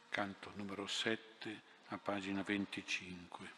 canto numero 7, a pagina 25.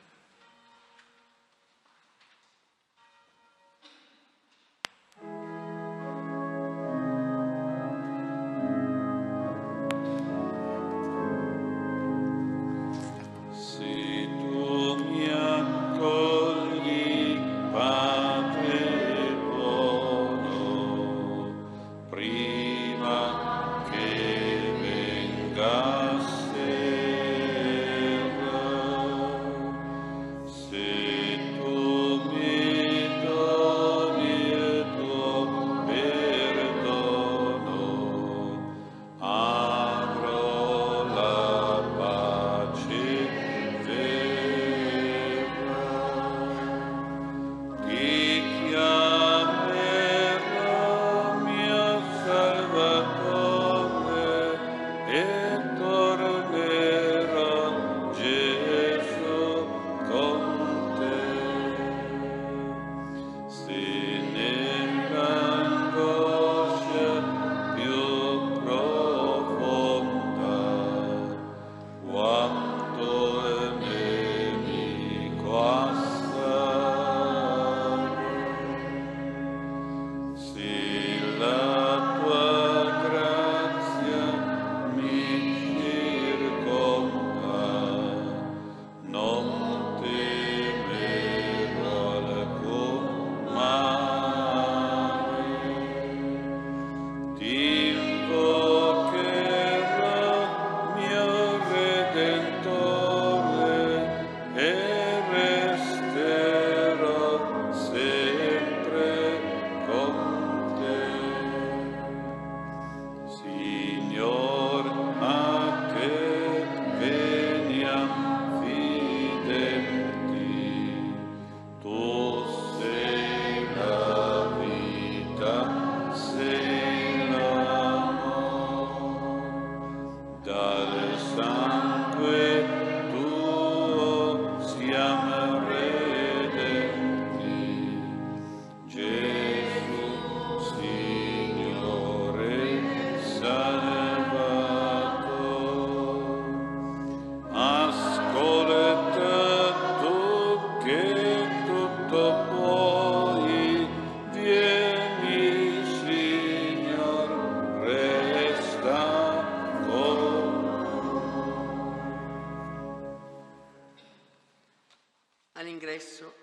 All'ingresso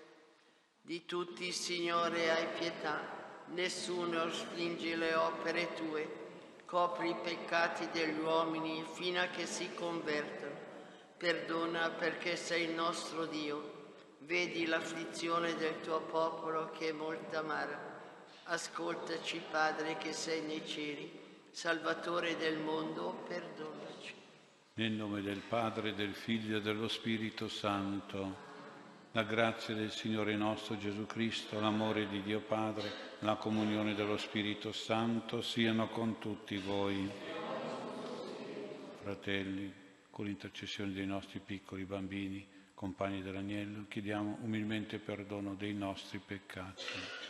di tutti, Signore, hai pietà, nessuno spinge le opere tue, copri i peccati degli uomini fino a che si convertono. Perdona perché sei il nostro Dio, vedi l'afflizione del tuo popolo che è molto amara. Ascoltaci, Padre, che sei nei cieli, Salvatore del mondo, perdonaci. Nel nome del Padre, del Figlio e dello Spirito Santo. La grazia del Signore nostro Gesù Cristo, l'amore di Dio Padre, la comunione dello Spirito Santo siano con tutti voi. Fratelli, con l'intercessione dei nostri piccoli bambini, compagni dell'Agnello, chiediamo umilmente perdono dei nostri peccati.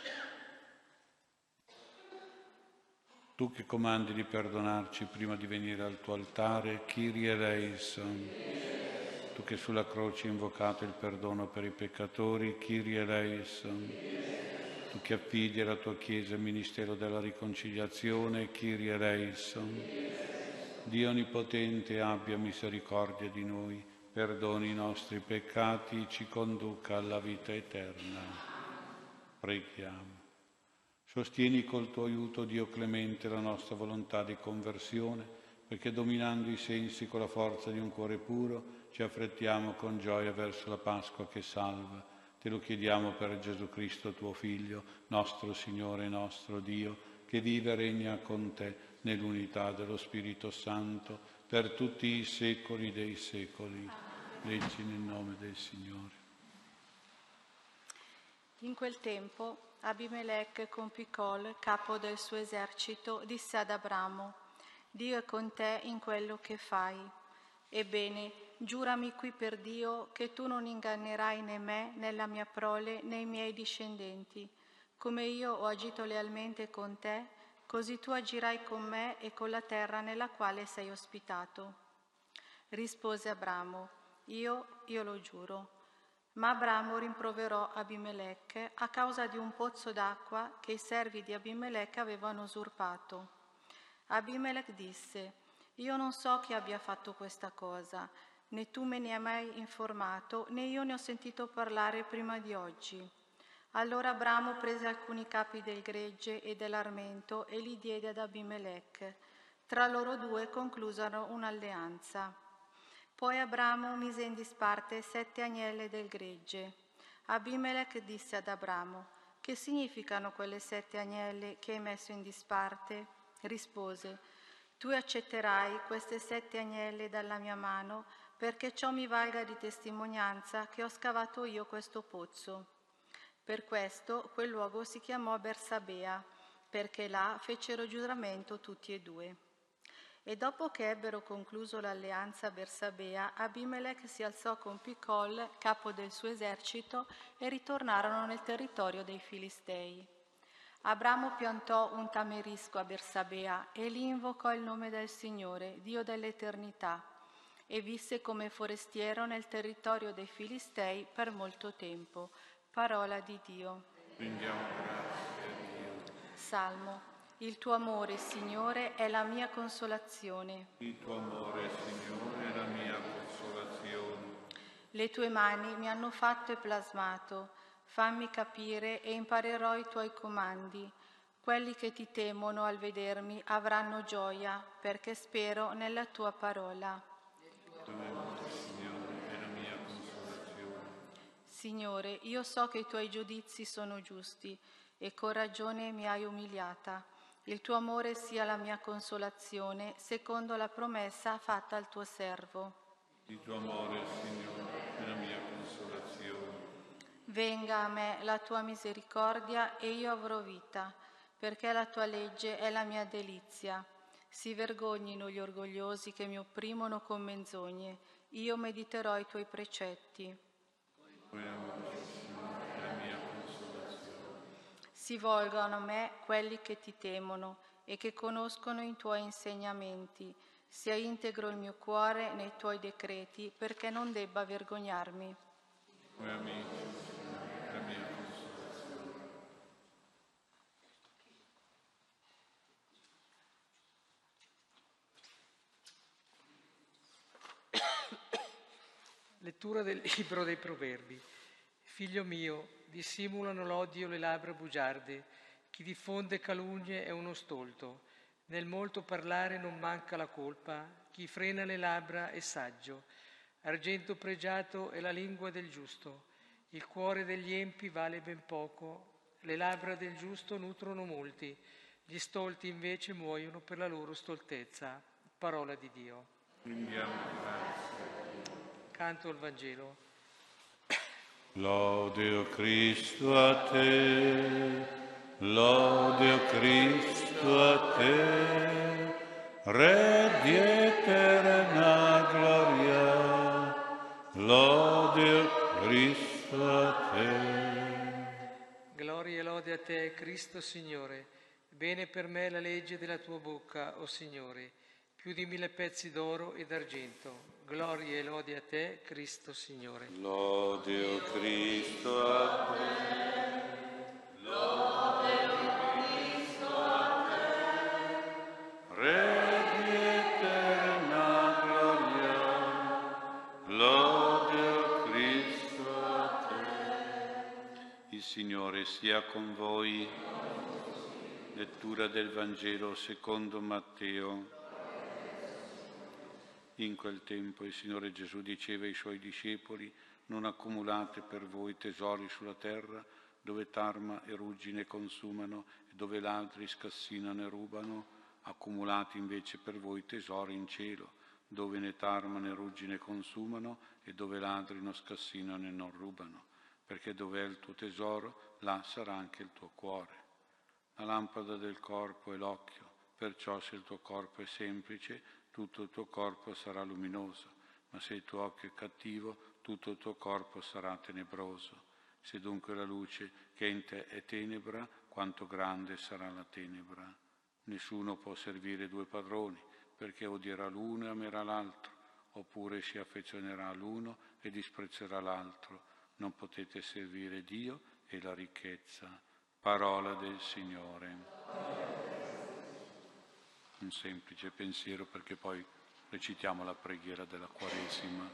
Tu che comandi di perdonarci prima di venire al tuo altare, Kyrie eleison. Tu che sulla croce hai invocato il perdono per i peccatori, Kyrie eleison. Tu che affidi alla tua Chiesa il ministero della riconciliazione, Kyrie eleison. Dio Onnipotente abbia misericordia di noi, perdoni i nostri peccati, ci conduca alla vita eterna. Preghiamo. Sostieni col tuo aiuto, Dio clemente, la nostra volontà di conversione, perché dominando i sensi con la forza di un cuore puro, ci affrettiamo con gioia verso la Pasqua che salva. Te lo chiediamo per Gesù Cristo, tuo Figlio, nostro Signore e nostro Dio, che vive e regna con te nell'unità dello Spirito Santo, per tutti i secoli dei secoli. Leggi nel nome del Signore. In quel tempo Abimelech con Picol, capo del suo esercito, disse ad Abramo: Dio è con te in quello che fai. Ebbene, giurami qui per Dio che tu non ingannerai né me, né la mia prole, né i miei discendenti. Come io ho agito lealmente con te, così tu agirai con me e con la terra nella quale sei ospitato. Rispose Abramo: io lo giuro. Ma Abramo rimproverò Abimelech a causa di un pozzo d'acqua che i servi di Abimelech avevano usurpato. Abimelech disse: io non so chi abbia fatto questa cosa, né tu me ne hai mai informato, né io ne ho sentito parlare prima di oggi. Allora Abramo prese alcuni capi del gregge e dell'armento e li diede ad Abimelech. Tra loro due conclusero un'alleanza. Poi Abramo mise in disparte 7 agnelle del gregge. Abimelech disse ad Abramo: che significano quelle 7 agnelle che hai messo in disparte? Rispose: tu accetterai queste 7 agnelle dalla mia mano, perché ciò mi valga di testimonianza che ho scavato io questo pozzo. Per questo quel luogo si chiamò Bersabea, perché là fecero giuramento tutti e due. E dopo che ebbero concluso l'alleanza a Bersabea, Abimelech si alzò con Picol, capo del suo esercito, e ritornarono nel territorio dei Filistei. Abramo piantò un tamerisco a Bersabea e lì invocò il nome del Signore, Dio dell'eternità, e visse come forestiero nel territorio dei Filistei per molto tempo. Parola di Dio. Rendiamo grazie a Dio. Salmo. Il tuo amore, Signore, è la mia consolazione. Il tuo amore, Signore, è la mia consolazione. Le tue mani mi hanno fatto e plasmato. Fammi capire e imparerò i tuoi comandi. Quelli che ti temono al vedermi avranno gioia, perché spero nella tua parola. Il tuo amore, Signore, è la mia consolazione. Signore, io so che i tuoi giudizi sono giusti e con ragione mi hai umiliata. Il tuo amore sia la mia consolazione, secondo la promessa fatta al tuo servo. Il tuo amore, Signore, è la mia consolazione. Venga a me la tua misericordia e io avrò vita, perché la tua legge è la mia delizia. Si vergognino gli orgogliosi che mi opprimono con menzogne. Io mediterò i tuoi precetti. Il tuo amore, Signore, è la mia consolazione. Si volgano a me quelli che ti temono e che conoscono i tuoi insegnamenti. Sia integro il mio cuore nei tuoi decreti, perché non debba vergognarmi. Come amici, Signore, è la mia consolazione. Lettura del libro dei Proverbi. Figlio mio, dissimulano l'odio le labbra bugiarde, chi diffonde calunnie è uno stolto. Nel molto parlare non manca la colpa, chi frena le labbra è saggio. Argento pregiato è la lingua del giusto, il cuore degli empi vale ben poco, le labbra del giusto nutrono molti, gli stolti invece muoiono per la loro stoltezza. Parola di Dio. Rendiamo grazie. Canto al Vangelo. Lode o Cristo a te, lode o Cristo a te, Re di eterna gloria, lode o Cristo a te. Gloria e lode a te, Cristo Signore. Bene per me la legge della tua bocca, o Signore, più di 1000 pezzi d'oro ed argento. Gloria e lode a te, Cristo Signore. Lode o Cristo a te, lode o Cristo a te, Re di eterna gloria, lode o Cristo a te. Il Signore sia con voi. Lettura del Vangelo secondo Matteo. In quel tempo il Signore Gesù diceva ai Suoi discepoli: non accumulate per voi tesori sulla terra, dove tarma e ruggine consumano e dove ladri scassinano e rubano. Accumulate invece per voi tesori in cielo, dove né tarma né ruggine consumano e dove ladri non scassinano e non rubano. Perché dove è il tuo tesoro, là sarà anche il tuo cuore. La lampada del corpo è l'occhio, perciò se il tuo corpo è semplice, tutto il tuo corpo sarà luminoso, ma se il tuo occhio è cattivo, tutto il tuo corpo sarà tenebroso. Se dunque la luce che è in te è tenebra, quanto grande sarà la tenebra. Nessuno può servire 2 padroni, perché odierà l'uno e amerà l'altro, oppure si affezionerà all'uno e disprezzerà l'altro. Non potete servire Dio e la ricchezza. Parola del Signore. Un semplice pensiero, perché poi recitiamo la preghiera della Quaresima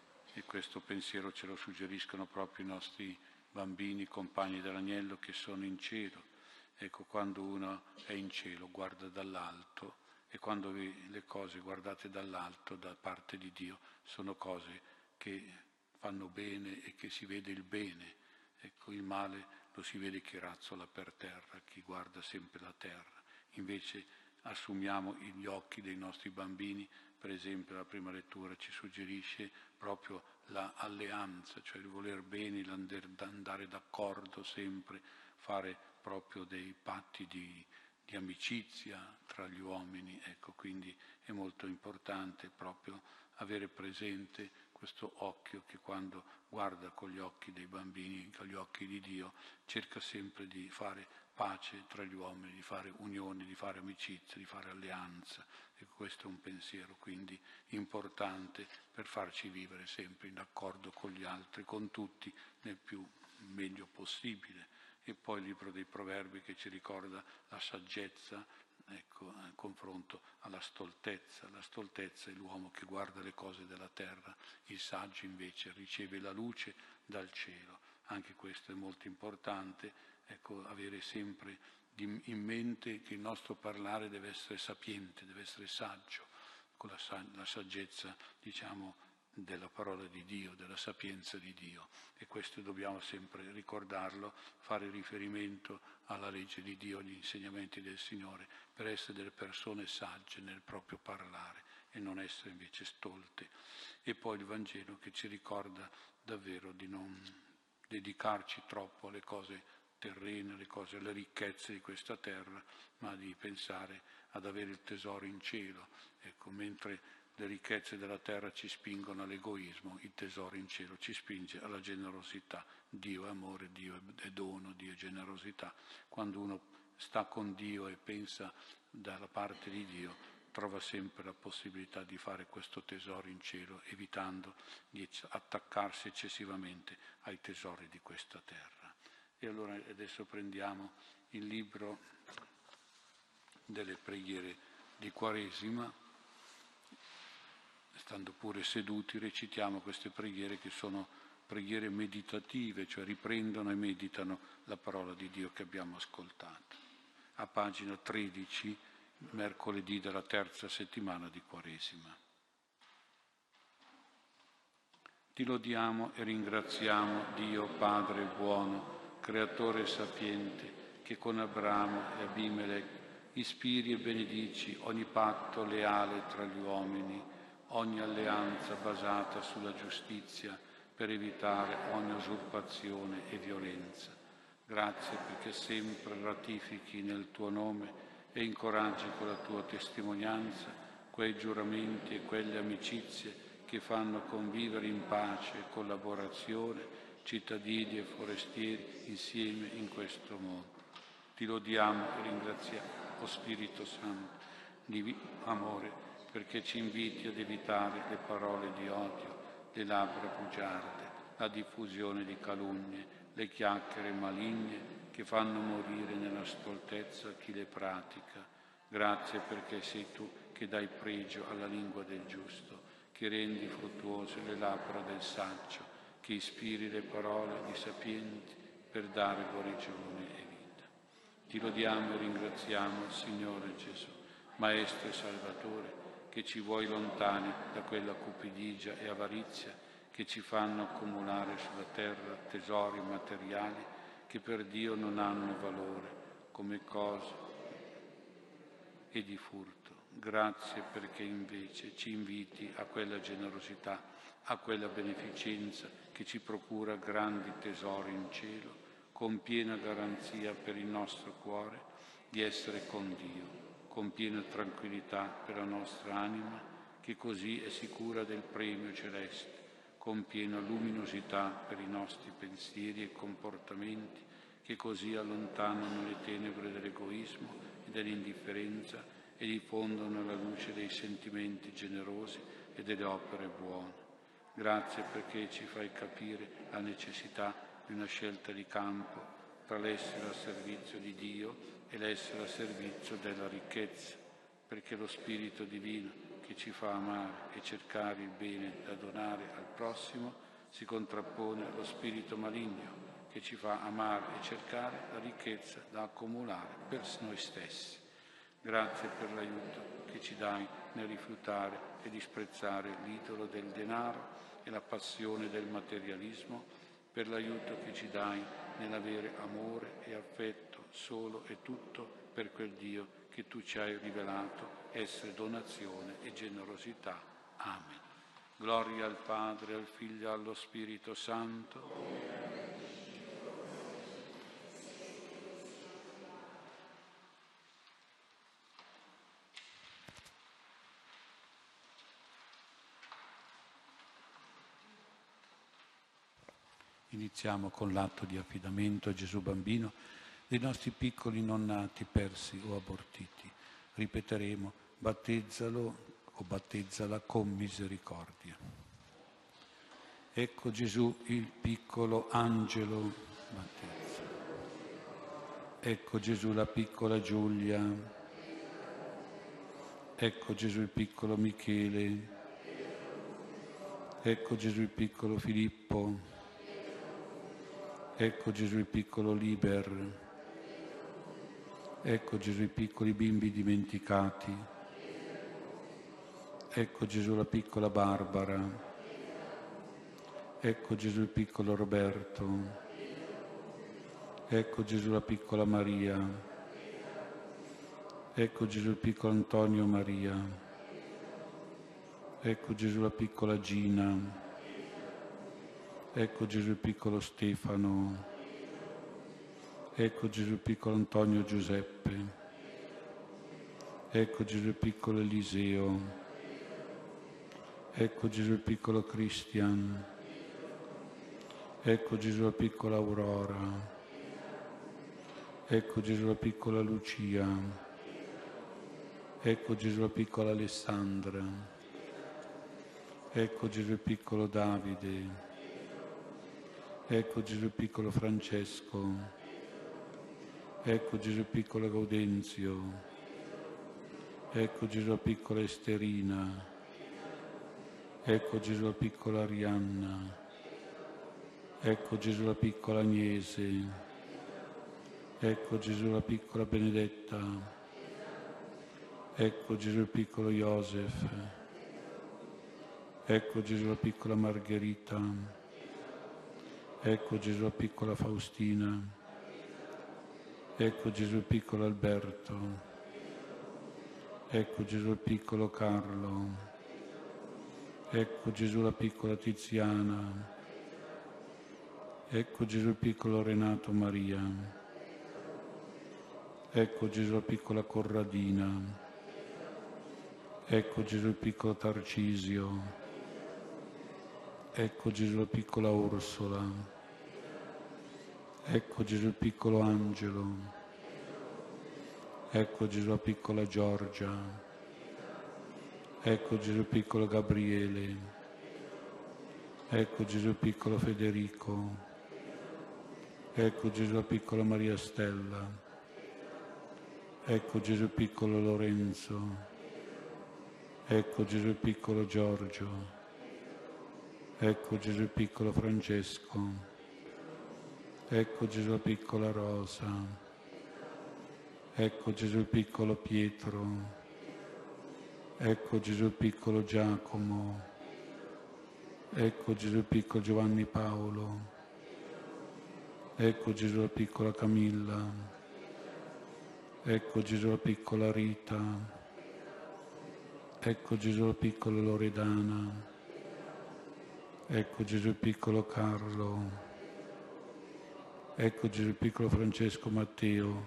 e questo pensiero ce lo suggeriscono proprio i nostri bambini, compagni dell'Agnello che sono in cielo. Ecco, quando uno è in cielo guarda dall'alto, e quando le cose guardate dall'alto da parte di Dio sono cose che fanno bene e che si vede il bene. Ecco, il male lo si vede chi razzola per terra, chi guarda sempre la terra. Invece assumiamo gli occhi dei nostri bambini, per esempio la prima lettura ci suggerisce proprio l'alleanza, cioè il voler bene, andare d'accordo sempre, fare proprio dei patti di amicizia tra gli uomini. Ecco, quindi è molto importante proprio avere presente questo occhio che quando guarda con gli occhi dei bambini, con gli occhi di Dio, cerca sempre di fare pace tra gli uomini, di fare unione, di fare amicizia, di fare alleanza. E questo è un pensiero quindi importante per farci vivere sempre in accordo con gli altri, con tutti, nel più meglio possibile. E poi il libro dei Proverbi che ci ricorda la saggezza, ecco, in confronto alla stoltezza. La stoltezza è l'uomo che guarda le cose della terra, il saggio invece riceve la luce dal cielo. Anche questo è molto importante, ecco, avere sempre in mente che il nostro parlare deve essere sapiente, deve essere saggio, con la saggezza, diciamo, della parola di Dio, della sapienza di Dio. E questo dobbiamo sempre ricordarlo, fare riferimento alla legge di Dio, agli insegnamenti del Signore, per essere delle persone sagge nel proprio parlare e non essere invece stolte. E poi il Vangelo che ci ricorda davvero di non dedicarci troppo alle cose terrene, alle ricchezze di questa terra, ma di pensare ad avere il tesoro in cielo. Ecco, mentre le ricchezze della terra ci spingono all'egoismo, il tesoro in cielo ci spinge alla generosità. Dio è amore, Dio è dono, Dio è generosità. Quando uno sta con Dio e pensa dalla parte di Dio, trova sempre la possibilità di fare questo tesoro in cielo, evitando di attaccarsi eccessivamente ai tesori di questa terra. E allora adesso prendiamo il libro delle preghiere di Quaresima. Stando pure seduti recitiamo queste preghiere che sono preghiere meditative, cioè riprendono e meditano la parola di Dio che abbiamo ascoltato. A pagina 13, mercoledì della terza settimana di Quaresima. Ti lodiamo e ringraziamo, Dio Padre buono, Creatore sapiente, che con Abramo e Abimelech ispiri e benedici ogni patto leale tra gli uomini, ogni alleanza basata sulla giustizia per evitare ogni usurpazione e violenza. Grazie perché sempre ratifichi nel tuo nome e incoraggi con la tua testimonianza quei giuramenti e quelle amicizie che fanno convivere in pace e collaborazione cittadini e forestieri insieme in questo mondo. Ti lodiamo e ringraziamo, o Spirito Santo, di amore, perché ci inviti ad evitare le parole di odio, le labbra bugiarde, la diffusione di calunnie, le chiacchiere maligne che fanno morire nella stoltezza chi le pratica. Grazie perché sei tu che dai pregio alla lingua del giusto, che rendi fruttuose le labbra del saggio, che ispiri le parole di sapienti per dare guarigione e vita. Ti lodiamo e ringraziamo, Signore Gesù, Maestro e Salvatore, che ci vuoi lontani da quella cupidigia e avarizia che ci fanno accumulare sulla terra tesori materiali che per Dio non hanno valore, come cose e di furto. Grazie perché invece ci inviti a quella generosità, a quella beneficenza che ci procura grandi tesori in cielo, con piena garanzia per il nostro cuore di essere con Dio, con piena tranquillità per la nostra anima, che così è sicura del premio celeste, con piena luminosità per i nostri pensieri e comportamenti, che così allontanano le tenebre dell'egoismo e dell'indifferenza e diffondono la luce dei sentimenti generosi e e delle opere buone. Grazie perché ci fai capire la necessità di una scelta di campo tra l'essere al servizio di Dio e l'essere al servizio della ricchezza, perché lo Spirito Divino che ci fa amare e cercare il bene da donare al prossimo si contrappone allo spirito maligno che ci fa amare e cercare la ricchezza da accumulare per noi stessi. Grazie per l'aiuto che ci dai nel rifiutare e disprezzare l'idolo del denaro e la passione del materialismo, per l'aiuto che ci dai nell'avere amore e affetto solo e tutto per quel Dio che tu ci hai rivelato essere donazione e generosità. Amen. Gloria al Padre, al Figlio e allo Spirito Santo. Iniziamo con l'atto di affidamento a Gesù Bambino dei nostri piccoli non nati, persi o abortiti. Ripeteremo: battezzalo o battezzala con misericordia. Ecco Gesù, il piccolo angelo, battezza. Ecco Gesù, la piccola Giulia. Ecco Gesù, il piccolo Michele. Ecco Gesù, il piccolo Filippo. Ecco Gesù, il piccolo Liber. Ecco Gesù, i piccoli bimbi dimenticati. Ecco Gesù, la piccola Barbara. Ecco Gesù, il piccolo Roberto. Ecco Gesù, la piccola Maria. Ecco Gesù, il piccolo Antonio Maria. Ecco Gesù, la piccola Gina. Ecco Gesù, il piccolo Stefano. Ecco Gesù, il piccolo Antonio Giuseppe. Ecco Gesù, il piccolo Eliseo. Ecco Gesù, il piccolo Christian. Ecco Gesù, la piccola Aurora. Ecco Gesù, la piccola Lucia. Ecco Gesù, la piccola Alessandra. Ecco Gesù, il piccolo Davide. Ecco Gesù, il piccolo Francesco. Ecco Gesù, il piccolo Gaudenzio. Ecco Gesù, la piccola Esterina. Ecco Gesù, la piccola Arianna. Ecco Gesù, la piccola Agnese. Ecco Gesù, la piccola Benedetta. Ecco Gesù, il piccolo Joseph. Ecco Gesù, la piccola Margherita. Ecco Gesù, la piccola Faustina. Ecco Gesù, il piccolo Alberto. Ecco Gesù, il piccolo Carlo. Ecco Gesù, la piccola Tiziana. Ecco Gesù, il piccolo Renato Maria. Ecco Gesù, la piccola Corradina. Ecco Gesù, il piccolo Tarcisio. Ecco Gesù, la piccola Orsola. Ecco Gesù, il piccolo Angelo. Ecco Gesù, la piccola Giorgia. Ecco Gesù, il piccolo Gabriele. Ecco Gesù, il piccolo Federico. Ecco Gesù, la piccola Maria Stella. Ecco Gesù, il piccolo Lorenzo. Ecco Gesù, il piccolo Giorgio. Ecco Gesù, il piccolo Francesco. Ecco Gesù, la piccola Rosa. Ecco Gesù, il piccolo Pietro. Ecco Gesù, il piccolo Giacomo. Ecco Gesù, il piccolo Giovanni Paolo. Ecco Gesù, la piccola Camilla. Ecco Gesù, la piccola Rita. Ecco Gesù, la piccola Loredana. Ecco Gesù, il piccolo Carlo. Ecco Gesù, il piccolo Francesco Matteo.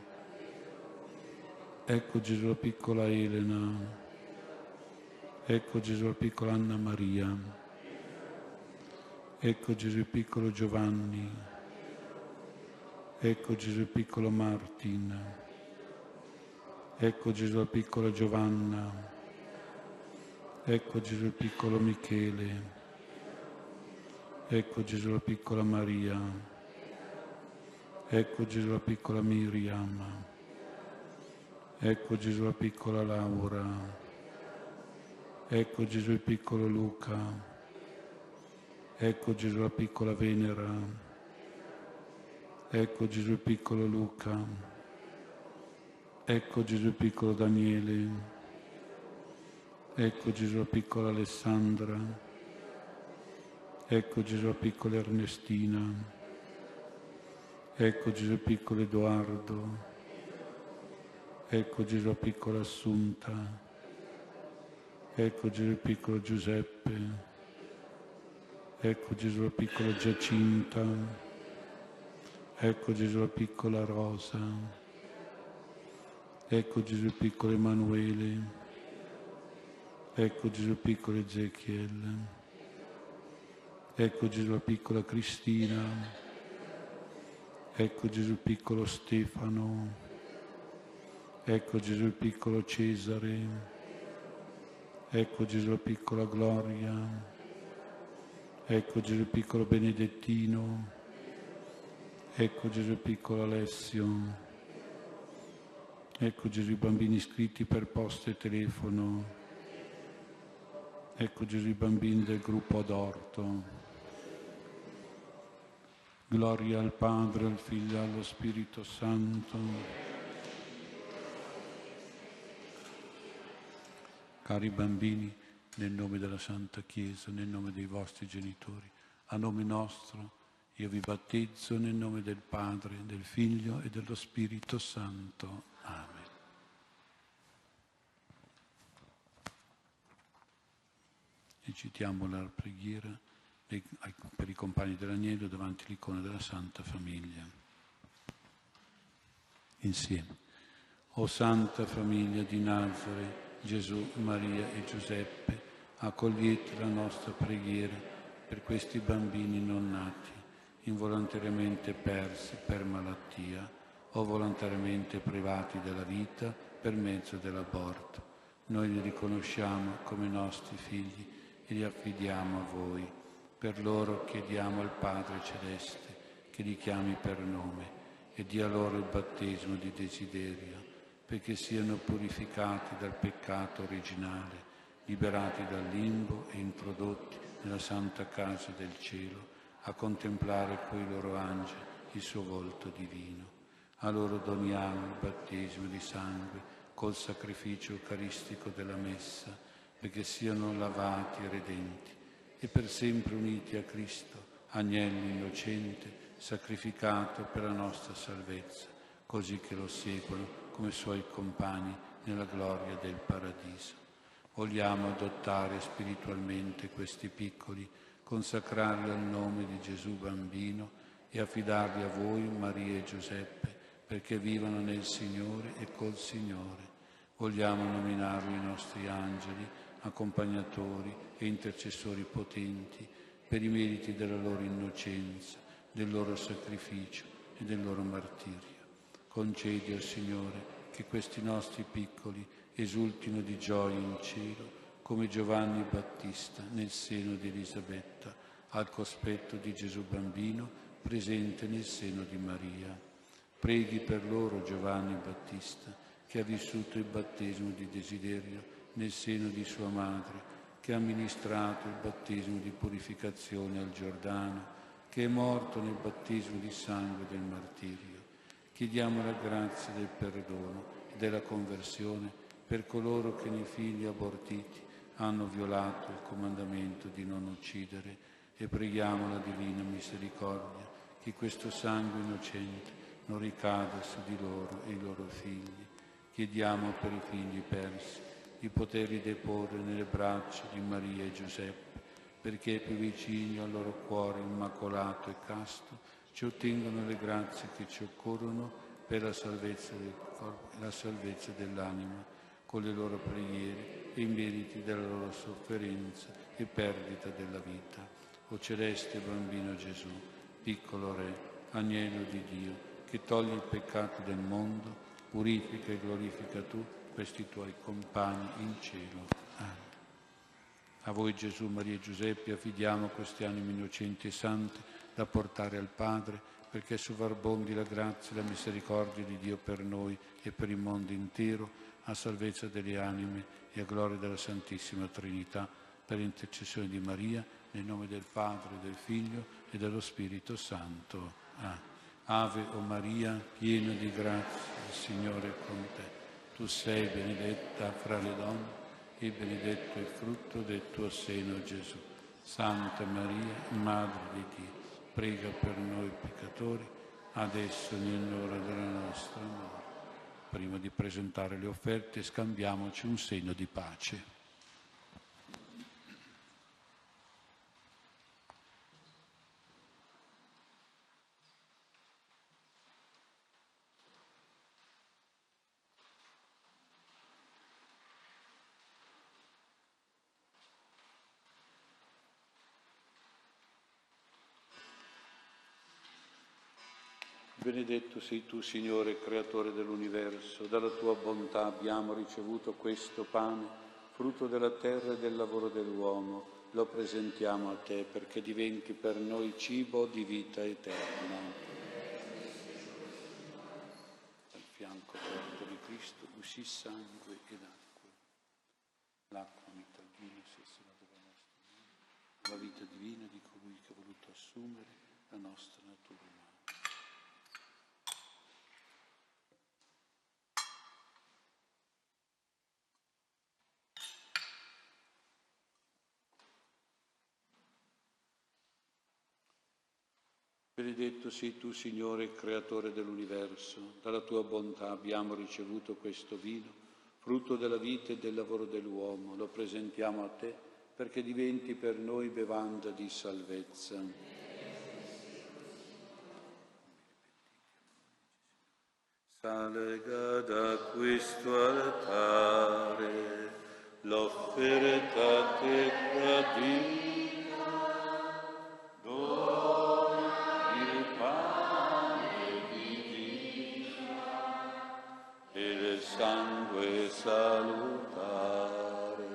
Ecco Gesù, la piccola Elena. Ecco Gesù, la piccola Anna Maria. Ecco Gesù, il piccolo Giovanni. Ecco Gesù, il piccolo Martin. Ecco Gesù, la piccola Giovanna. Ecco Gesù il piccolo Michele. Ecco Gesù la piccola Maria. Ecco Gesù la piccola Miriam. Ecco Gesù la piccola Laura. Ecco Gesù il piccolo Luca. Ecco Gesù la piccola Venera. Ecco Gesù il piccolo Luca. Ecco Gesù il piccolo Daniele. Ecco Gesù la piccola Alessandra. Ecco Gesù la piccola Ernestina. Ecco Gesù il piccolo Edoardo. Ecco Gesù la piccola Assunta. Ecco Gesù il piccolo Giuseppe. Ecco Gesù la piccola Giacinta. Ecco Gesù la piccola Rosa. Ecco Gesù il piccolo Emanuele. Ecco Gesù il piccolo Ezechiel. Ecco Gesù la piccola Cristina. Ecco Gesù il piccolo Stefano. Ecco Gesù il piccolo Cesare. Ecco Gesù la piccola Gloria. Ecco Gesù il piccolo Benedettino. Ecco Gesù il piccolo Alessio. Ecco Gesù i bambini iscritti per posta e telefono. Ecco Gesù i bambini del gruppo Adorto. Gloria al Padre, al Figlio e allo Spirito Santo. Cari bambini, nel nome della Santa Chiesa, nel nome dei vostri genitori, a nome nostro, io vi battezzo nel nome del Padre, del Figlio e dello Spirito Santo. Amen. E citiamo la preghiera per i compagni dell'Agnello davanti all'icona della Santa Famiglia. Insieme. O Santa Famiglia di Nazareth, Gesù, Maria e Giuseppe, accogliete la nostra preghiera per questi bambini non nati, involontariamente persi per malattia o volontariamente privati della vita per mezzo dell'aborto. Noi li riconosciamo come nostri figli e li affidiamo a voi. Per loro chiediamo al Padre Celeste che li chiami per nome e dia loro il battesimo di desiderio, perché siano purificati dal peccato originale, liberati dal limbo e introdotti nella santa casa del cielo, a contemplare coi loro angeli il suo volto divino. A loro doniamo il battesimo di sangue col sacrificio eucaristico della Messa, perché siano lavati e redenti, e per sempre uniti a Cristo, agnello innocente, sacrificato per la nostra salvezza, così che lo seguano come suoi compagni nella gloria del paradiso. Vogliamo adottare spiritualmente questi piccoli, consacrarli al nome di Gesù bambino e affidarli a voi, Maria e Giuseppe, perché vivano nel Signore e col Signore. Vogliamo nominarvi i nostri angeli, accompagnatori e intercessori potenti, per i meriti della loro innocenza, del loro sacrificio e del loro martirio. Concedi al Signore che questi nostri piccoli esultino di gioia in cielo, come Giovanni Battista nel seno di Elisabetta, al cospetto di Gesù bambino presente nel seno di Maria. Preghi per loro Giovanni Battista, che ha vissuto il battesimo di desiderio nel seno di sua madre, che ha amministrato il battesimo di purificazione al Giordano, che è morto nel battesimo di sangue del martirio. Chiediamo la grazia del perdono e della conversione per coloro che nei figli abortiti hanno violato il comandamento di non uccidere, e preghiamo la divina misericordia che questo sangue innocente non ricada su di loro e i loro figli. Chiediamo per i figli persi di poterli deporre nelle braccia di Maria e Giuseppe, perché più vicini al loro cuore immacolato e casto ci ottengano le grazie che ci occorrono per la salvezza del corpo e la salvezza dell'anima, con le loro preghiere e i meriti della loro sofferenza e perdita della vita. O celeste bambino Gesù, piccolo Re, agnello di Dio, che togli il peccato del mondo, purifica e glorifica tu questi tuoi compagni in cielo. Amen. A voi Gesù, Maria e Giuseppe affidiamo questi animi innocenti e santi da portare al Padre, perché sovrabondi la grazia e la misericordia di Dio per noi e per il mondo intero, a salvezza delle anime e a gloria della Santissima Trinità, per intercessione di Maria, nel nome del Padre, del Figlio e dello Spirito Santo. Ave o Maria, piena di grazia, il Signore è con te. Tu sei benedetta fra le donne e benedetto il frutto del tuo seno, Gesù. Santa Maria, Madre di Dio, prega per noi peccatori, adesso e nell'ora della nostra morte. Prima di presentare le offerte, scambiamoci un segno di pace. Benedetto sei tu, Signore, creatore dell'universo. Dalla tua bontà abbiamo ricevuto questo pane, frutto della terra e del lavoro dell'uomo. Lo presentiamo a te perché diventi per noi cibo di vita eterna. Dal fianco aperto di Cristo uscì sangue ed acqua. L'acqua mitalgina si è selata dalla nostra vita, la vita divina di colui che ha voluto assumere la nostra natura umana. Benedetto sei tu, Signore, creatore dell'universo. Dalla tua bontà abbiamo ricevuto questo vino, frutto della vita e del lavoro dell'uomo. Lo presentiamo a te perché diventi per noi bevanda di salvezza. Salga da questo altare l'offerta te gradita. Sangue salutare.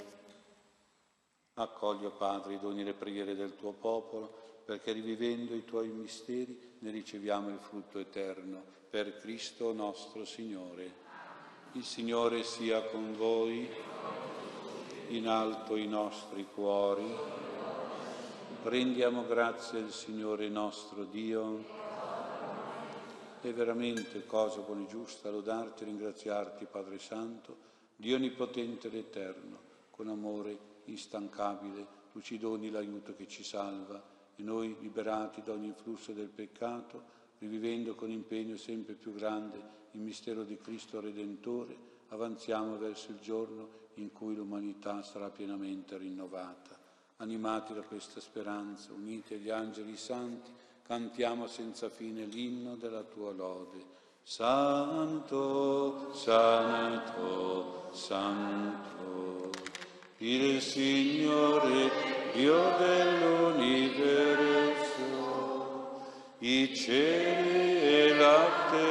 Accogli, o Padre, i doni e le preghiere del tuo popolo, perché rivivendo i tuoi misteri ne riceviamo il frutto eterno. Per Cristo nostro Signore. Il Signore sia con voi, in alto i nostri cuori. Rendiamo grazie al Signore nostro Dio. È veramente cosa buona e giusta lodarti e ringraziarti, Padre Santo, Dio Onnipotente ed Eterno, con amore instancabile. Tu ci doni l'aiuto che ci salva e noi, liberati da ogni influsso del peccato, rivivendo con impegno sempre più grande il mistero di Cristo Redentore, avanziamo verso il giorno in cui l'umanità sarà pienamente rinnovata. Animati da questa speranza, uniti agli angeli santi, cantiamo senza fine l'inno della tua lode. Santo, santo, santo, il Signore, Dio dell'universo. I cieli e la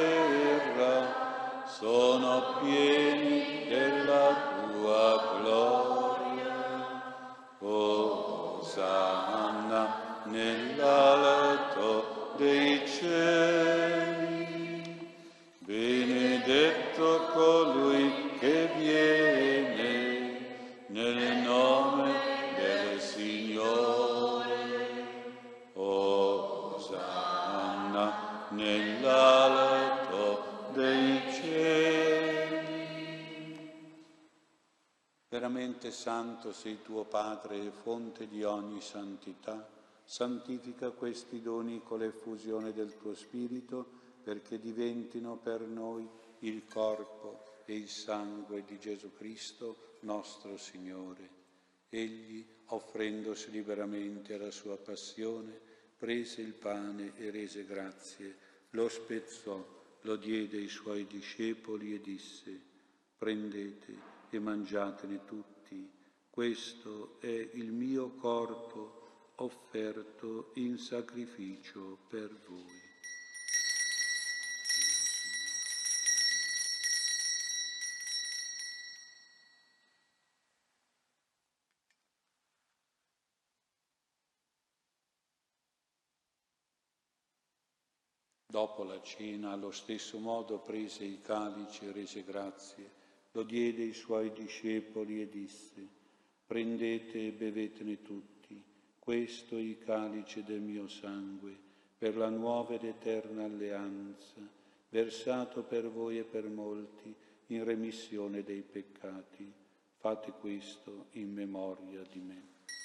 terra sono pieni della tua gloria. Osanna nell'alto dei cieli, benedetto colui che viene nel nome del Signore. Osanna nell'alto dei cieli. Veramente santo sei tuo Padre e fonte di ogni santità. Santifica questi doni con l'effusione del tuo Spirito, perché diventino per noi il corpo e il sangue di Gesù Cristo, nostro Signore. Egli, offrendosi liberamente alla sua passione, prese il pane e rese grazie, lo spezzò, lo diede ai suoi discepoli e disse: prendete e mangiatene tutti, questo è il mio corpo offerto in sacrificio per voi. Dopo la cena, allo stesso modo prese i calici e rese grazie, lo diede ai suoi discepoli e disse: prendete e bevetene tutti, questo è il calice del mio sangue, per la nuova ed eterna alleanza, versato per voi e per molti in remissione dei peccati. Fate questo in memoria di me.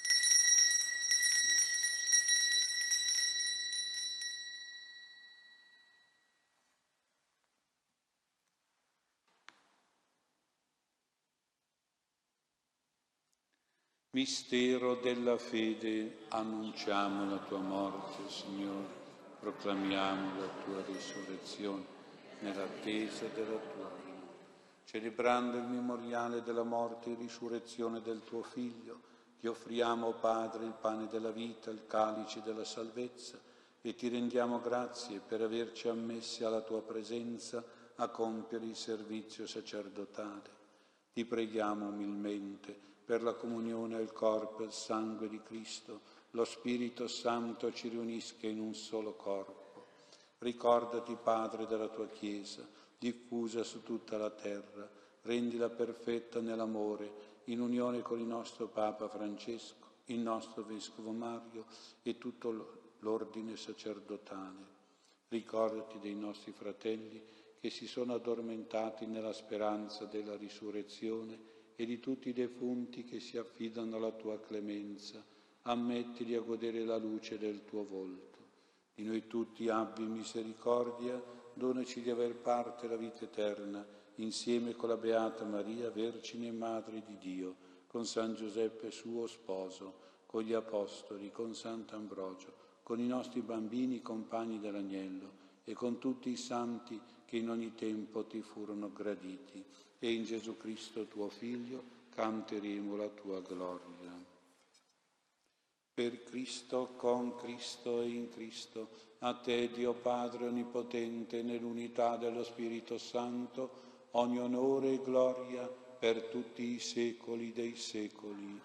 Mistero della fede, annunciamo la tua morte, Signore, proclamiamo la tua risurrezione nell'attesa della tua venuta. Celebrando il memoriale della morte e risurrezione del tuo Figlio, ti offriamo, Padre, il pane della vita, il calice della salvezza, e ti rendiamo grazie per averci ammessi alla tua presenza a compiere il servizio sacerdotale. Ti preghiamo umilmente per la comunione al corpo e al sangue di Cristo, lo Spirito Santo ci riunisca in un solo corpo. Ricordati, Padre, della tua Chiesa, diffusa su tutta la terra, rendila perfetta nell'amore, in unione con il nostro Papa Francesco, il nostro Vescovo Mario e tutto l'ordine sacerdotale. Ricordati dei nostri fratelli che si sono addormentati nella speranza della risurrezione e di tutti i defunti che si affidano alla tua clemenza. Ammettili a godere la luce del tuo volto. Di noi tutti abbi misericordia, donaci di aver parte la vita eterna, insieme con la Beata Maria, Vergine e Madre di Dio, con San Giuseppe suo sposo, con gli Apostoli, con Sant'Ambrogio, con i nostri bambini compagni dell'Agnello e con tutti i santi che in ogni tempo ti furono graditi. E in Gesù Cristo tuo Figlio canteremo la tua gloria. Per Cristo, con Cristo e in Cristo, a te, Dio Padre Onnipotente, nell'unità dello Spirito Santo, ogni onore e gloria per tutti i secoli dei secoli.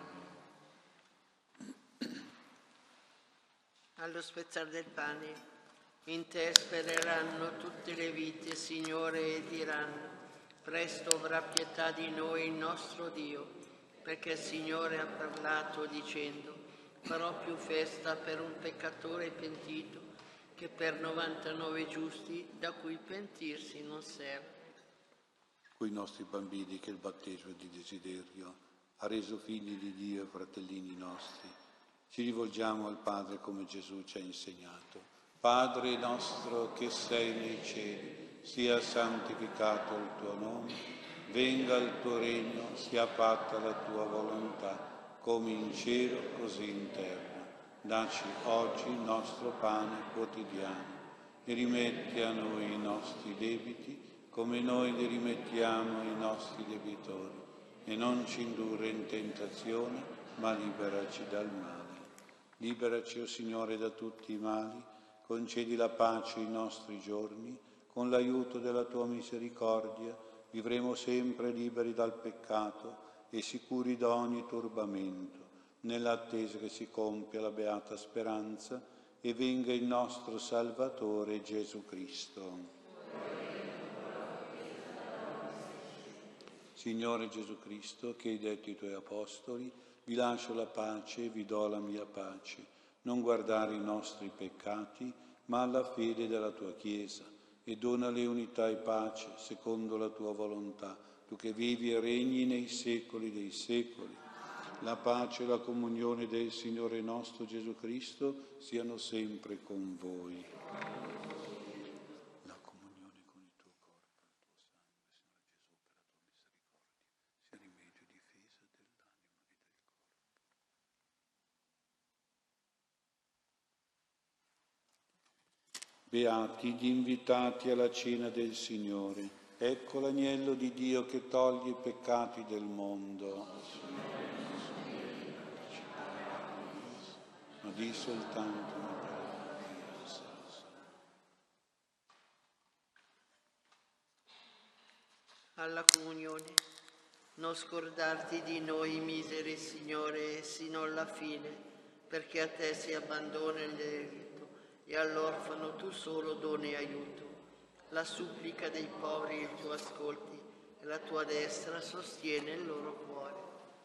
Amen. Allo spezzar del pane, in te spereranno tutte le vite, Signore, e diranno: presto avrà pietà di noi il nostro Dio, perché il Signore ha parlato dicendo: farò più festa per un peccatore pentito che per 99 giusti da cui pentirsi non serve. Quei nostri bambini che il battesimo di desiderio ha reso figli di Dio e fratellini nostri, ci rivolgiamo al Padre come Gesù ci ha insegnato. Padre nostro che sei nei cieli, sia santificato il tuo nome, venga il tuo regno, sia fatta la tua volontà, come in cielo così in terra. Dacci oggi il nostro pane quotidiano e rimetti a noi i nostri debiti, come noi li rimettiamo ai nostri debitori, e non ci indurre in tentazione, ma liberaci dal male. Liberaci, o Signore, da tutti i mali, concedi la pace ai nostri giorni, con l'aiuto della tua misericordia vivremo sempre liberi dal peccato e sicuri da ogni turbamento, nell'attesa che si compia la beata speranza e venga il nostro Salvatore Gesù Cristo. Signore Gesù Cristo, che hai detto ai tuoi apostoli: vi lascio la pace, vi do la mia pace. Non guardare i nostri peccati, ma alla fede della tua Chiesa, e donale unità e pace secondo la tua volontà, tu che vivi e regni nei secoli dei secoli. La pace e la comunione del Signore nostro Gesù Cristo siano sempre con voi. La comunione con il tuo corpo e il tuo sangue, Signore Gesù, per la tua misericordia, sia rimedio e difesa dell'anima e del corpo. Beati gli invitati alla cena del Signore. Ecco l'agnello di Dio che toglie i peccati del mondo. Ma di soltanto una parola e salsa. Alla comunione, non scordarti di noi miseri, Signore, sino alla fine, perché a te si abbandona il delitto e all'orfano tu solo doni aiuto. La supplica dei poveri tu ascolti e la tua destra sostiene il loro cuore.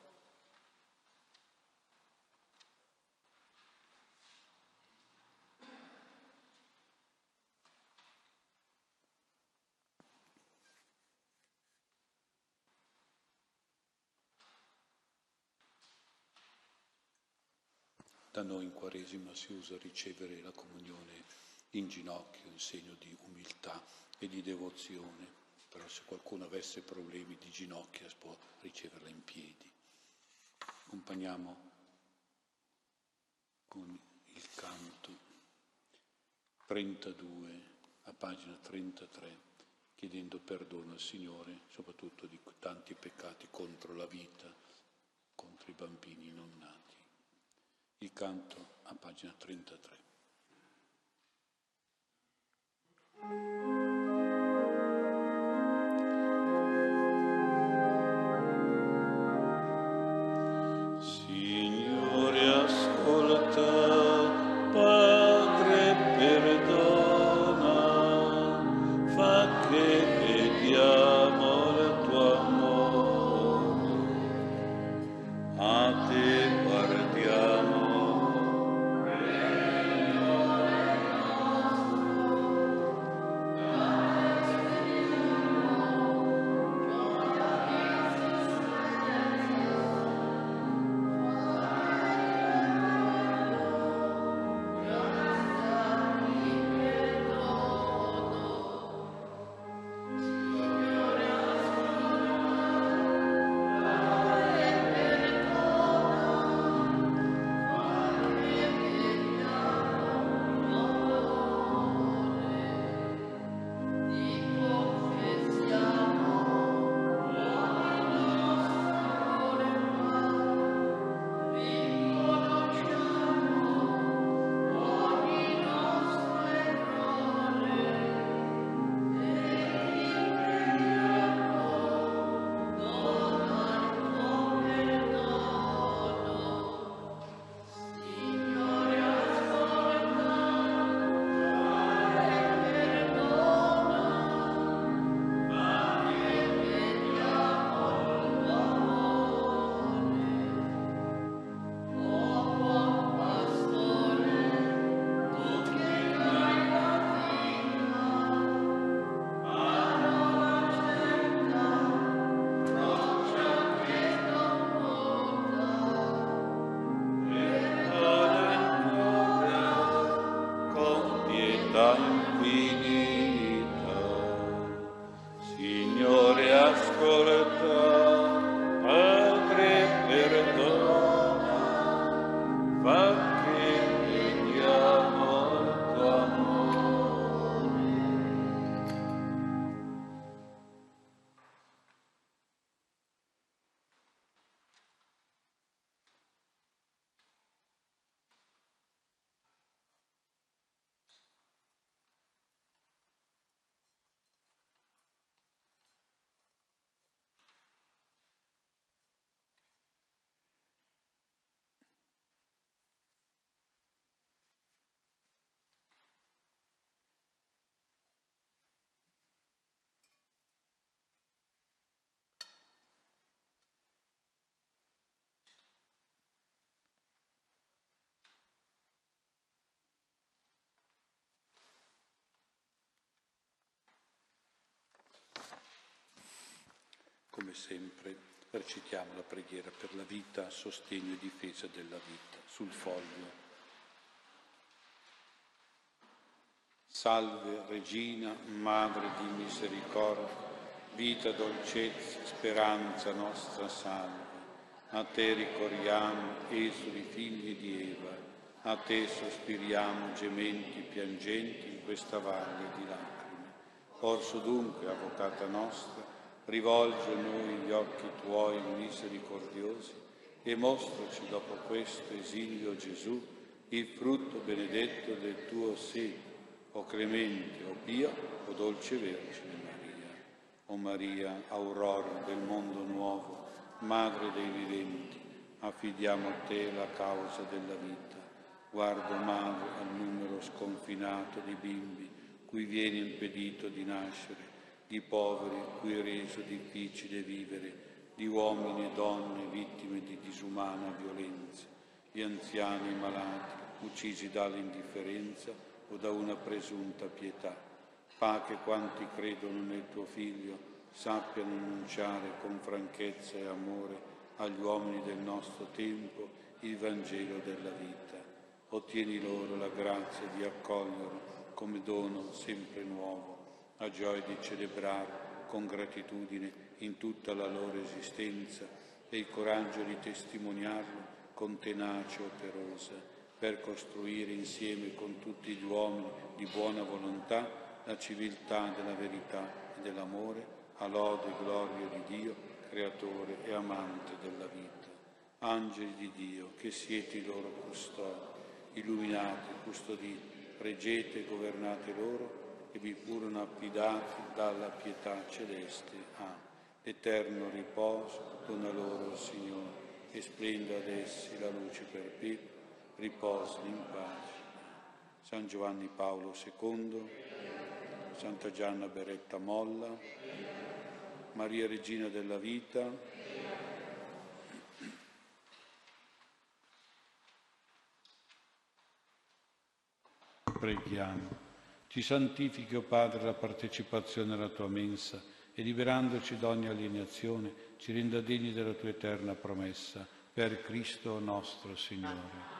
Da noi in Quaresima si usa ricevere la comunione in ginocchio, in segno di umiltà e di devozione, però se qualcuno avesse problemi di ginocchia può riceverla in piedi. Accompagniamo con il canto 32, a pagina 33, chiedendo perdono al Signore, soprattutto di tanti peccati contro la vita, contro i bambini non nati. Il canto a pagina 33. Signore, ascolta, Padre, perdona, fa che vediamo il tuo amore, a te guardiamo. Signore, ascolta, Padre, perdona, fa che vediamo il tuo amore. Come sempre recitiamo la preghiera per la vita, sostegno e difesa della vita. Sul foglio. Salve Regina, Madre di misericordia, vita, dolcezza, speranza nostra, salve. A te ricorriamo, esuli figli di Eva, a te sospiriamo gementi piangenti in questa valle di lacrime. Orso dunque, avvocata nostra, rivolge a noi gli occhi tuoi misericordiosi e mostraci dopo questo esilio Gesù, il frutto benedetto del tuo seno, o clemente, o pia, o dolce Vergine Maria. O Maria, aurora del mondo nuovo, Madre dei viventi, affidiamo a te la causa della vita. Guarda, Madre, al numero sconfinato di bimbi cui viene impedito di nascere, di poveri cui è reso difficile vivere, di uomini e donne vittime di disumana violenza, di anziani e malati uccisi dall'indifferenza o da una presunta pietà. Fa che quanti credono nel tuo Figlio sappiano annunciare con franchezza e amore agli uomini del nostro tempo il Vangelo della vita. Ottieni loro la grazia di accoglierlo come dono sempre nuovo, la gioia di celebrare con gratitudine in tutta la loro esistenza e il coraggio di testimoniarlo con tenacia operosa, per costruire insieme con tutti gli uomini di buona volontà la civiltà della verità e dell'amore, a lode e gloria di Dio, creatore e amante della vita. Angeli di Dio, che siete i loro custodi, illuminate, custodite, pregete e governate loro, che vi furono affidati dalla pietà celeste. L'eterno riposo dona loro il Signore, e splenda ad essi la luce perpetua, riposi in pace. San Giovanni Paolo II, Santa Gianna Beretta Molla, Maria Regina della Vita, preghiamo. Ci santifichi, o Padre, la partecipazione alla tua mensa e liberandoci da ogni alienazione ci renda degni della tua eterna promessa. Per Cristo nostro Signore.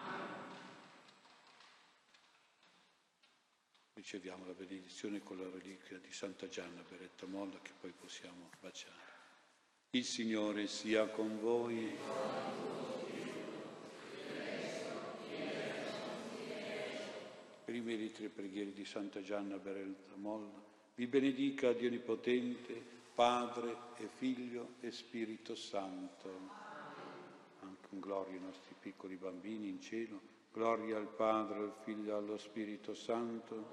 Riceviamo la benedizione con la reliquia di Santa Gianna Beretta Molla, che poi possiamo baciare. Il Signore sia con voi. Per i meriti e preghiere di Santa Gianna Beretta Molla, vi benedica Dio Onnipotente, Padre e Figlio e Spirito Santo. Anche in gloria ai nostri piccoli bambini in cielo, gloria al Padre, al Figlio e allo Spirito Santo.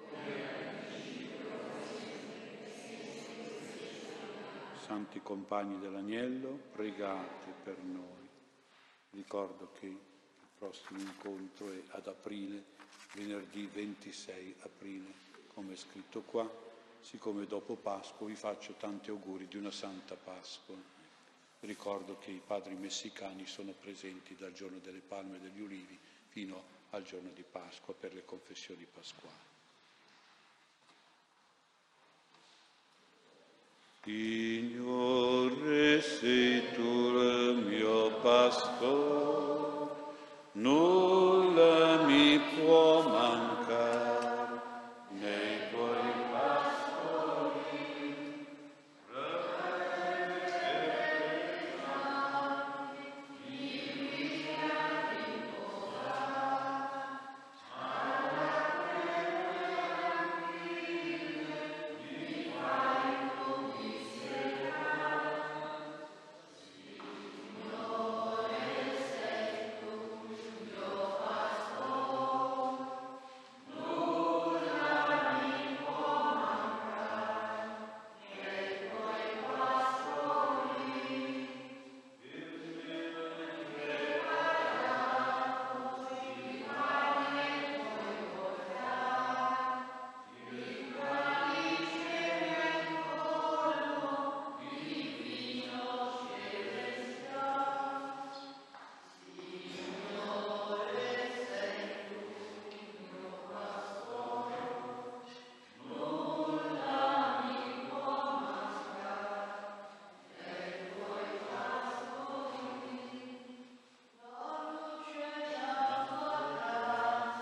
Santi compagni dell'Agnello, pregate per noi. Ricordo che il prossimo incontro è ad aprile, venerdì 26 aprile, come è scritto qua. Siccome dopo Pasqua vi faccio tanti auguri di una Santa Pasqua. Ricordo che i padri messicani sono presenti dal giorno delle Palme e degli Ulivi fino al giorno di Pasqua per le confessioni pasquali. Signore, sei tu il mio pastore, nulla mi può mancare nei tuoi pastori.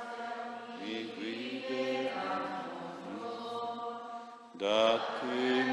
Da te